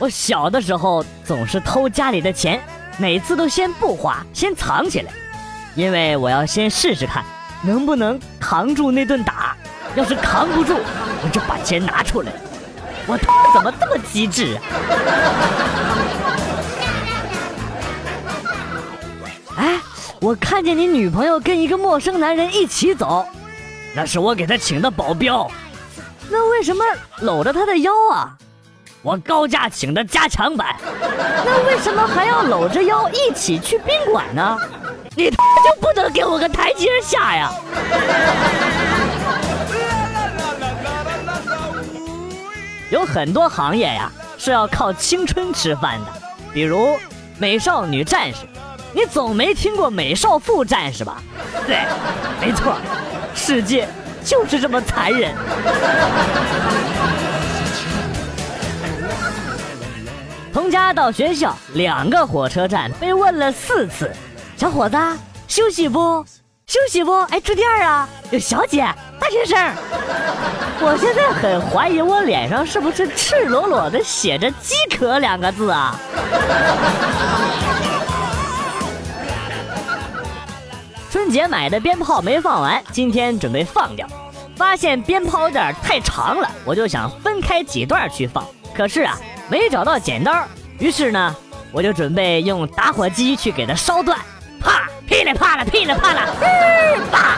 我小的时候总是偷家里的钱，每次都先不花，先藏起来，因为我要先试试看能不能扛住那顿打。要是扛不住，我就把钱拿出来。我怎么这么机智啊？哎，我看见你女朋友跟一个陌生男人一起走，那是我给她请的保镖。那为什么搂着她的腰啊？我高价请的加强版。那为什么还要搂着腰一起去宾馆呢？你就不能给我个台阶下呀？有很多行业呀是要靠青春吃饭的，比如美少女战士，你总没听过美少妇战士吧？对，没错，世界就是这么残忍。从家到学校2个火车站被问了4次，小伙子休息不？休息不？哎，住店啊？有小姐，大学生。我现在很怀疑我脸上是不是赤裸裸的写着饥渴2个字啊？春节买的鞭炮没放完，今天准备放掉，发现鞭炮有点太长了，我就想分开几段去放，可是啊没找到剪刀，于是呢我就准备用打火机去给它烧断，啪，噼里啪啦噼里啪啦，啪，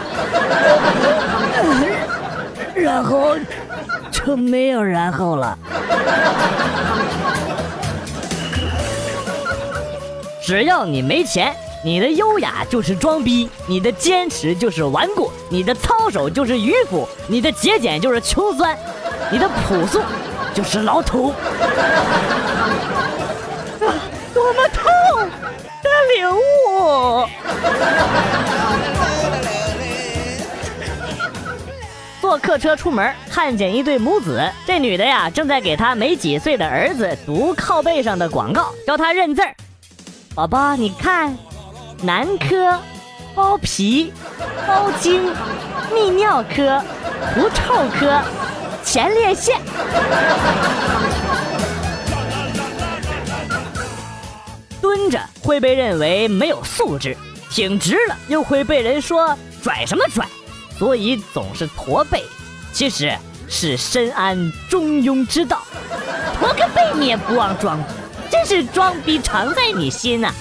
然后就没有然后了。只要你没钱，你的优雅就是装逼，你的坚持就是顽固，你的操守就是迂腐，你的节俭就是穷酸，你的朴素就是老土。多么痛的领悟！坐客车出门，看见一对母子，这女的呀正在给她没几岁的儿子读靠背上的广告，教他认字儿。宝宝，你看，男科、包皮、包茎、泌尿科、狐臭科、前列腺。蹲着会被认为没有素质，挺直了又会被人说拽什么拽，所以总是驼背，其实是深谙中庸之道。驼个背你也不忘装，真是装逼常在你心啊。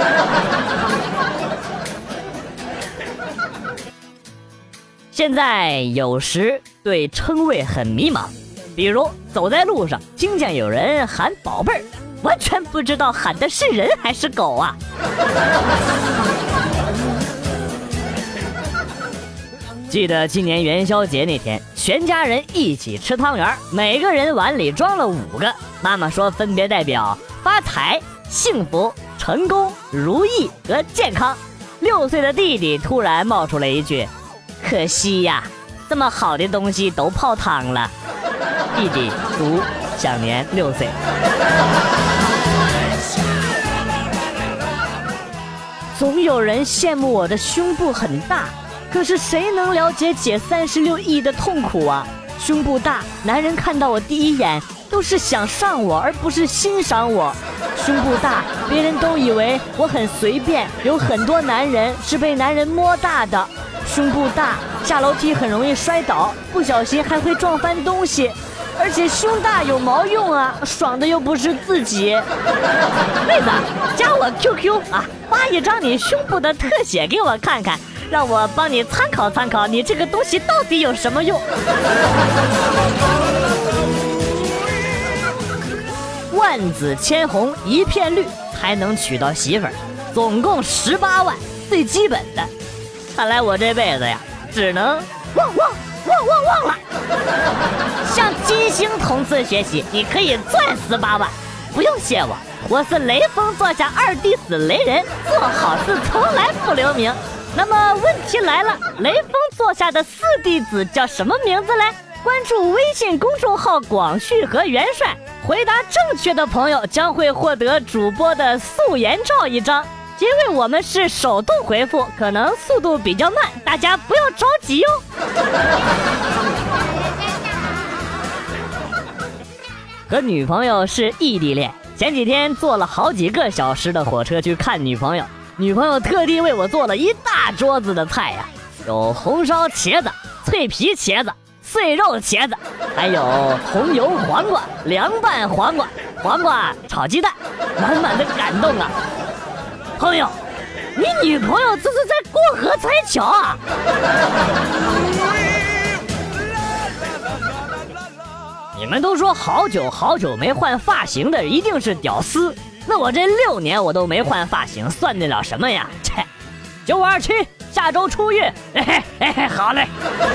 现在有时对称谓很迷茫，比如走在路上听见有人喊宝贝儿，完全不知道喊的是人还是狗啊。记得今年元宵节那天，全家人一起吃汤圆，每个人碗里装了5个，妈妈说分别代表发财、幸福、成功、如意和健康。6岁的弟弟突然冒出了一句，可惜呀，这么好的东西都泡汤了。弟弟读享年6岁。总有人羡慕我的胸部很大，可是谁能了解解36亿的痛苦啊？胸部大，男人看到我第一眼都是想上我，而不是欣赏我。胸部大，别人都以为我很随便，有很多男人是被男人摸大的。胸部大，下楼梯很容易摔倒，不小心还会撞翻东西。而且胸大有毛用啊，爽的又不是自己。妹子，加我 QQ 啊，发一张你胸部的特写给我看看，让我帮你参考参考，你这个东西到底有什么用？万紫千红一片绿才能娶到媳妇儿，总共18万，最基本的。看来我这辈子呀，只能忘了。向金星同次学习，你可以赚18万，不用谢我，我是雷锋座下2弟子雷人，做好事从来不留名。那么问题来了，雷锋座下的4弟子叫什么名字嘞？关注微信公众号广旭和元帅，回答正确的朋友将会获得主播的素颜照1张。因为我们是手动回复，可能速度比较慢，大家不要着急哟。 和女朋友是异地恋，前几天坐了好几个小时的火车去看女朋友，女朋友特地为我做了一大桌子的菜呀，有红烧茄子、脆皮茄子、碎肉茄子，还有红油黄瓜、凉拌黄瓜、黄瓜炒鸡蛋，满满的感动啊！朋友，你女朋友这是在过河拆桥啊？你们都说好久没换发型的一定是屌丝，那我这6年我都没换发型，算得了什么呀？切，9527，下周出狱，嘿嘿，好嘞。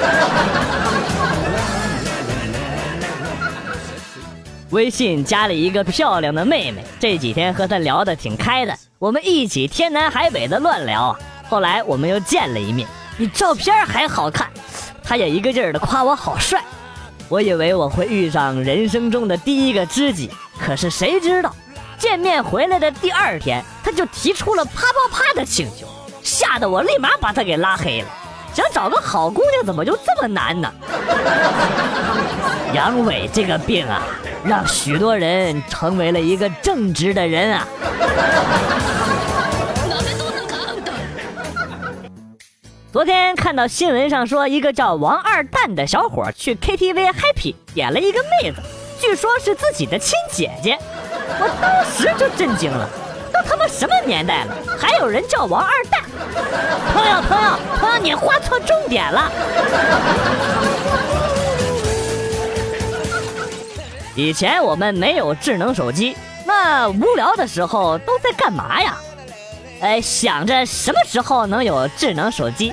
微信加了一个漂亮的妹妹，这几天和她聊得挺开的，我们一起天南海北的乱聊啊。后来我们又见了一面，比照片还好看，她也一个劲儿的夸我好帅。我以为我会遇上人生中的第一个知己，可是谁知道见面回来的第2天，他就提出了啪啪啪的请求，吓得我立马把他给拉黑了。想找个好姑娘怎么就这么难呢？阳痿这个病啊，让许多人成为了一个正直的人啊。昨天看到新闻上说，一个叫王二蛋的小伙去 KTV happy 点了一个妹子，据说是自己的亲姐姐。我当时就震惊了，都他妈什么年代了，还有人叫王二蛋？朋友，你画错重点了。以前我们没有智能手机，那无聊的时候都在干嘛呀？想着什么时候能有智能手机。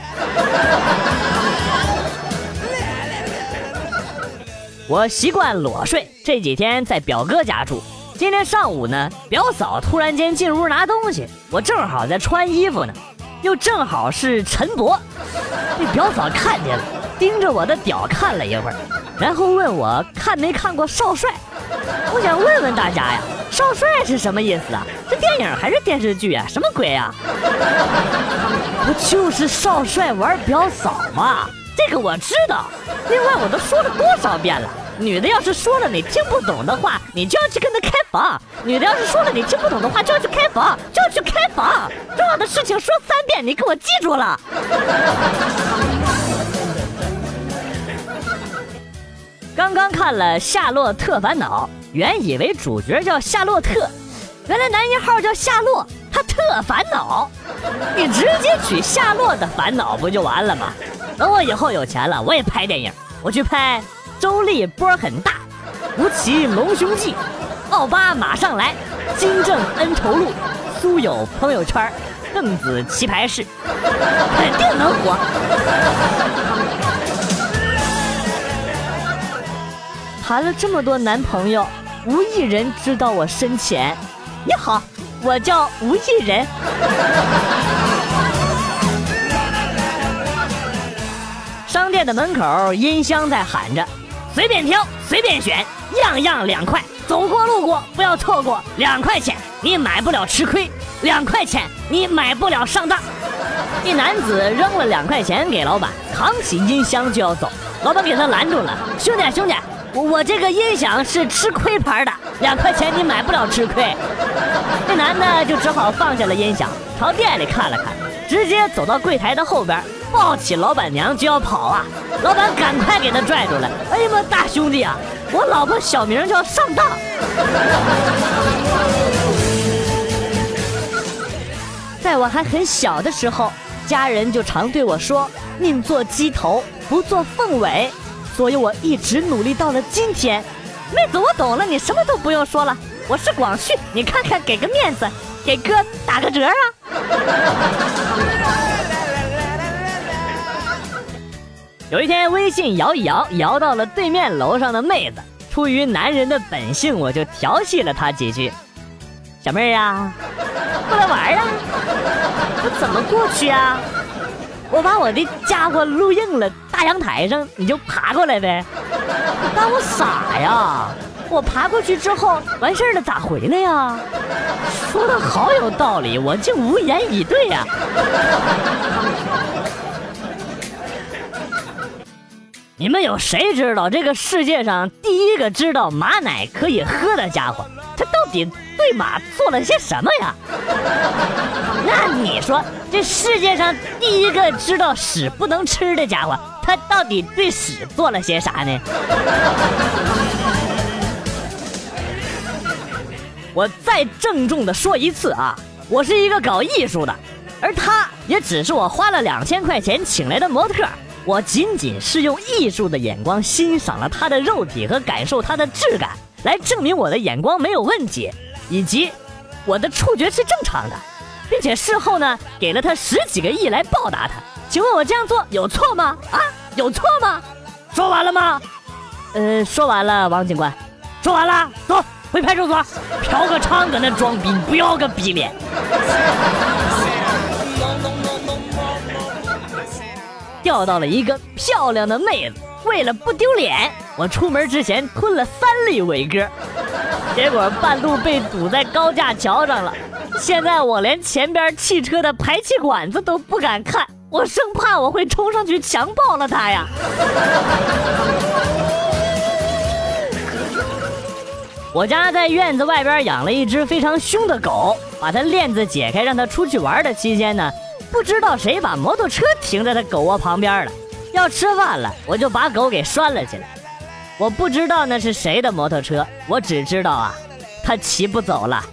我习惯裸睡，这几天在表哥家住。今天上午呢，表嫂突然间进屋拿东西，我正好在穿衣服呢，又正好是陈博，被表嫂看见了，盯着我的屌看了一会儿，然后问我看没看过少帅。我想问问大家呀，少帅是什么意思啊？是电影还是电视剧啊？什么鬼啊？不就是少帅玩表嫂吗？这个我知道。另外我都说了多少遍了，女的要是说了你听不懂的话，你就要去跟她开房；女的要是说了你听不懂的话，就要去开房，就要去开房。重要的事情说3遍，你给我记住了。刚刚看了《夏洛特烦恼》，原以为主角叫夏洛特，原来男1号叫夏洛，他特烦恼。你直接取夏洛的烦恼不就完了吗？等我以后有钱了，我也拍电影，我去拍周丽波很大、吴奇隆胸记、奥巴马上来、金正恩头路、苏有朋友圈、邓紫棋牌室，肯定能火。谈了这么多男朋友，无一人知道我深浅。你好，我叫吴一人。商店的门口音箱在喊着：随便挑，随便选，样样2块，走过路过不要错过，2块钱你买不了吃亏，2块钱你买不了上当。一男子扔了2块钱给老板，扛起音箱就要走，老板给他拦住了：兄弟，我这个音响是吃亏牌的，2块钱你买不了吃亏。那男的就只好放下了音响，朝店里看了看，直接走到柜台的后边，抱起老板娘就要跑啊！老板赶快给他拽住了。哎呀妈，大兄弟啊，我老婆小名叫上当。在我还很小的时候，家人就常对我说：宁做鸡头，不做凤尾。所以我一直努力到了今天。妹子，我懂了，你什么都不用说了，我是广旭，你看看，给个面子，给哥打个折啊。有一天微信摇一摇，摇到了对面楼上的妹子，出于男人的本性，我就调戏了她几句：小妹儿啊，过来玩啊，我怎么过去啊？我把我的家伙录硬了，大阳台上你就爬过来呗。你当我傻呀？我爬过去之后完事儿了咋回来呀？说的好有道理，我竟无言以对呀。 你们有谁知道这个世界上第一个知道马奶可以喝的家伙，他到底对马做了些什么呀？那你说这世界上第一个知道屎不能吃的家伙，他到底对屎做了些啥呢？我再郑重的说一次啊，我是一个搞艺术的，而他也只是我花了2000块钱请来的模特。我仅仅是用艺术的眼光欣赏了他的肉体和感受他的质感，来证明我的眼光没有问题，以及我的触觉是正常的，并且事后呢给了他10几个亿来报答他。请问我这样做有错吗？啊，有错吗？说完了吗？说完了，王警官。说完了，走回派出所，嫖个娼搁那装逼，不要个逼脸。钓到了一个漂亮的妹子，为了不丢脸，我出门之前吞了3粒伟哥，结果半路被堵在高架桥上了。现在我连前边汽车的排气管子都不敢看，我生怕我会冲上去强暴了他呀。我家在院子外边养了一只非常凶的狗，把它链子解开让它出去玩的期间呢，不知道谁把摩托车停在它狗窝旁边了，要吃饭了，我就把狗给拴了起来。我不知道那是谁的摩托车，我只知道啊，它骑不走了。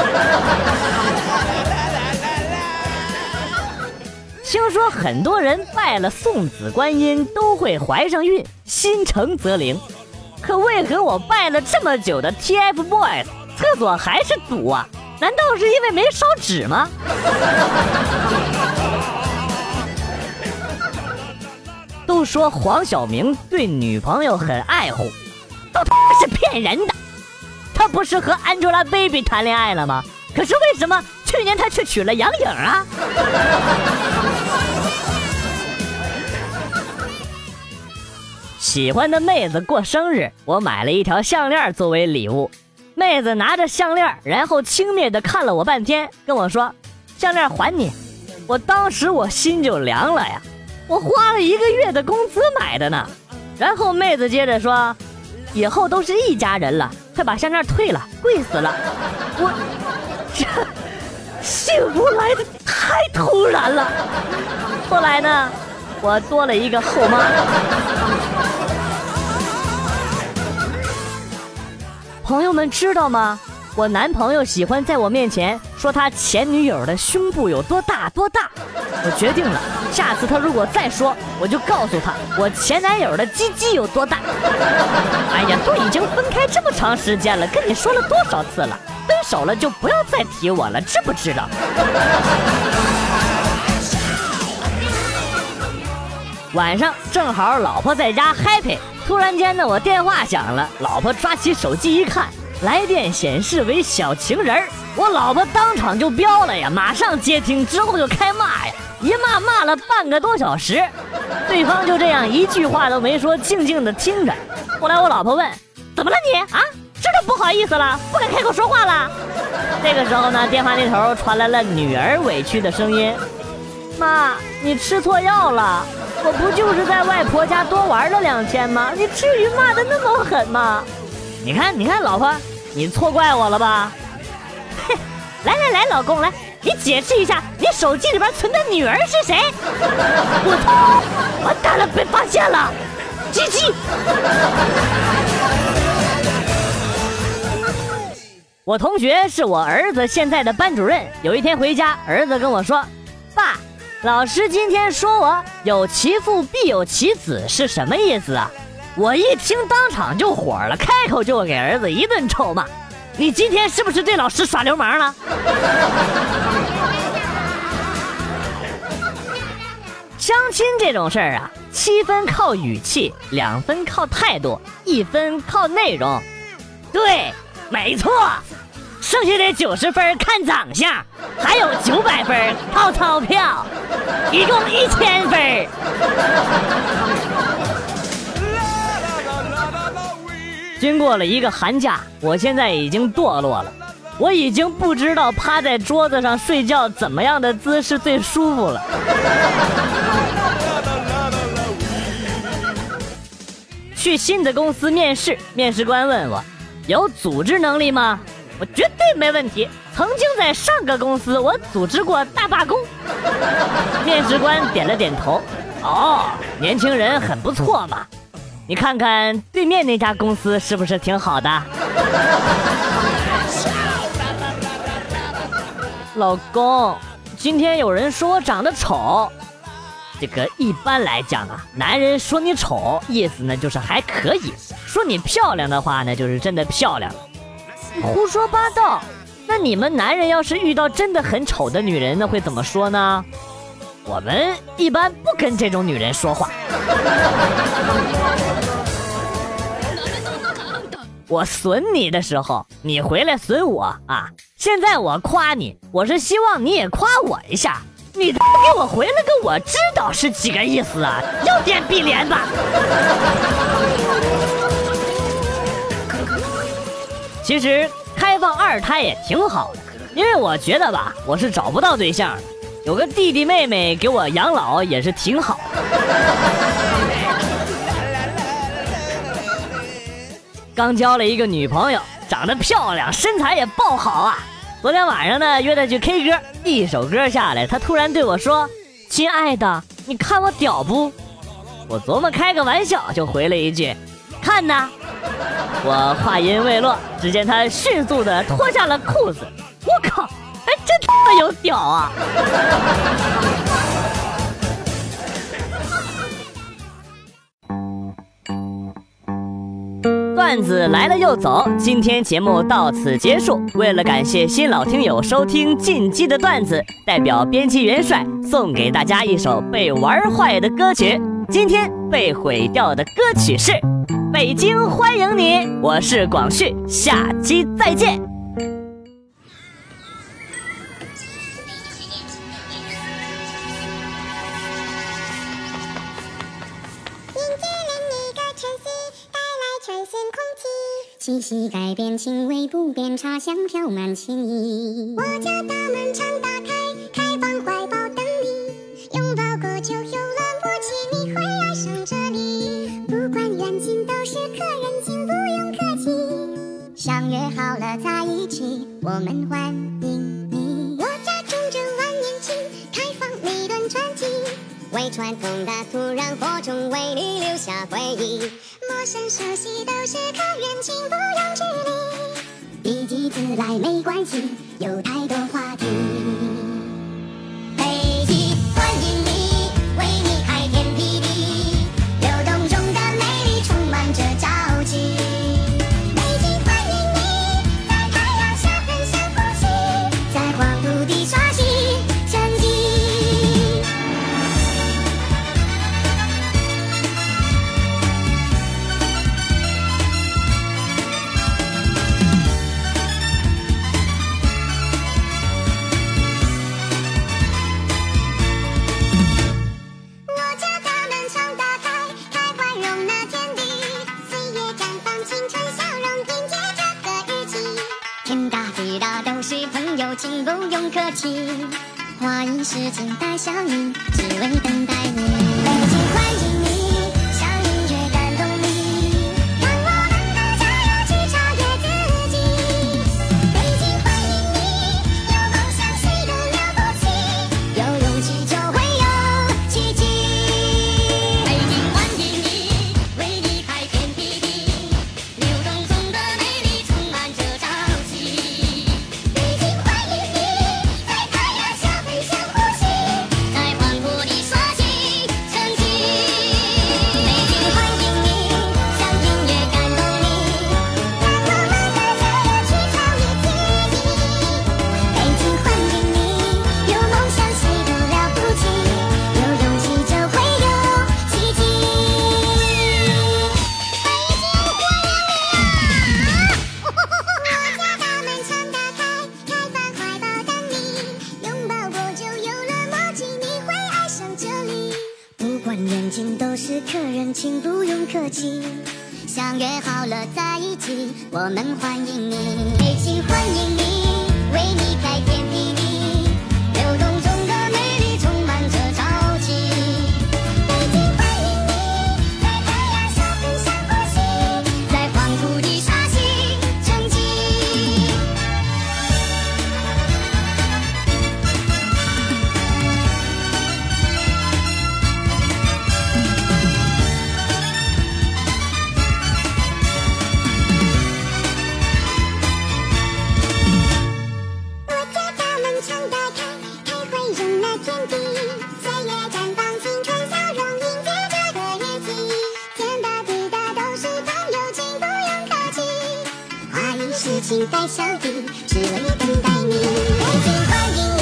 听说很多人拜了送子观音都会怀上孕，心诚则灵，可为何我拜了这么久的 TFBOYS 厕所还是堵啊？难道是因为没烧纸吗？都说黄晓明对女朋友很爱护，都是骗人的。他不是和 Angelababy 谈恋爱了吗？可是为什么去年他却娶了杨颖啊？喜欢的妹子过生日，我买了一条项链作为礼物。妹子拿着项链，然后轻蔑地看了我半天，跟我说：“项链还你。”当时我心就凉了呀，我花了1个月的工资买的呢。然后妹子接着说：“以后都是一家人了，快把项链退了，贵死了。”这幸福来的太突然了。后来呢，我多了一个后妈。朋友们知道吗？我男朋友喜欢在我面前说他前女友的胸部有多大多大。我决定了，下次他如果再说，我就告诉他我前男友的鸡鸡有多大。哎呀，都已经分开这么长时间了，跟你说了多少次了，分手了就不要再提我了，知不知道？晚上正好老婆在家 happy， 突然间呢，我电话响了，老婆抓起手机一看，来电显示为小情人，我老婆当场就飙了呀，马上接听，之后就开骂呀，一骂了半个多小时，对方就这样一句话都没说，静静的听着。后来我老婆问：“怎么了你啊？这就不好意思了，不敢开口说话了？”这个时候呢，电话那头传来了女儿委屈的声音：“妈，你吃错药了，我不就是在外婆家多玩了2天吗？你至于骂得那么狠吗？你看老婆，你错怪我了吧？哼，来老公，来，你解释一下，你手机里边存的女儿是谁？我操，完蛋了，被发现了，鸡鸡。”我同学是我儿子现在的班主任，有一天回家，儿子跟我说：“爸，老师今天说我有其父必有其子是什么意思啊？”我一听当场就火了，开口就给儿子一顿臭骂：“你今天是不是对老师耍流氓了？”相亲这种事儿啊，7分靠语气，2分靠态度，1分靠内容。对，没错，剩下的90分看长相，还有900分靠钞票，一共1000分。经过了一个寒假，我现在已经堕落了，我已经不知道趴在桌子上睡觉怎么样的姿势最舒服了。 去新的公司面试，面试官问我有组织能力吗？我绝对没问题，曾经在上个公司我组织过大罢工。面试官点了点头，哦，年轻人很不错嘛，你看看对面那家公司是不是挺好的？老公，今天有人说我长得丑。这个一般来讲啊，男人说你丑，意思呢就是还可以；说你漂亮的话呢，就是真的漂亮了。胡说八道！那你们男人要是遇到真的很丑的女人，那会怎么说呢？我们一般不跟这种女人说话。我损你的时候，你回来损我啊！现在我夸你，我是希望你也夸我一下。你给我回了个我知道是几个意思啊？要点碧莲吧。其实开放二胎也挺好的，因为我觉得吧，我是找不到对象的，有个弟弟妹妹给我养老也是挺好的。刚交了一个女朋友，长得漂亮，身材也爆好啊。昨天晚上呢，约她去 K 歌，一首歌下来，她突然对我说：“亲爱的，你看我屌不？”我琢磨开个玩笑，就回了一句：“看呐。”我话音未落，只见她迅速的脱下了裤子，我靠，还真他妈有屌啊！段子来了又走，今天节目到此结束。为了感谢新老听友收听进击的段子，代表编辑元帅送给大家一首被玩坏的歌曲。今天被毁掉的歌曲是《北京欢迎你》，我是广旭，下期再见。 气息改变，情味不变，茶香飘满心意。我家大门常打开，开放怀抱等你，拥抱过就有了默契，你会爱上这里。不管远近都是客人，请不用客气。相约好了在一起，我们欢迎你。我家种着万年青，开放每段传奇，为传统的土壤播种，为你留下回忆。陌生熟悉都是客人，请不用距离，一己自来没关系，有太多话题。北京欢迎你，为你开天辟地，流动中的美丽充满着朝气。北京欢迎你，在太阳下分享呼吸，在黄土地刷新成绩。请不用客气，花一世静待相遇，只为等待你。北京欢迎你，像音乐感动你，让我们都加油去超越自己。北京欢迎你，有梦想谁都了不起，有勇气就会有奇迹。北京欢迎你，为你开天辟地，流动中的美丽充满着朝气。请不用客气，相约好了在一起，我们欢迎你。北京欢迎你，为你开天辟地，流动中的美丽充满着朝气。北京欢迎你，在太阳下分享。 事情在小弟，只为等待你。北京欢迎你。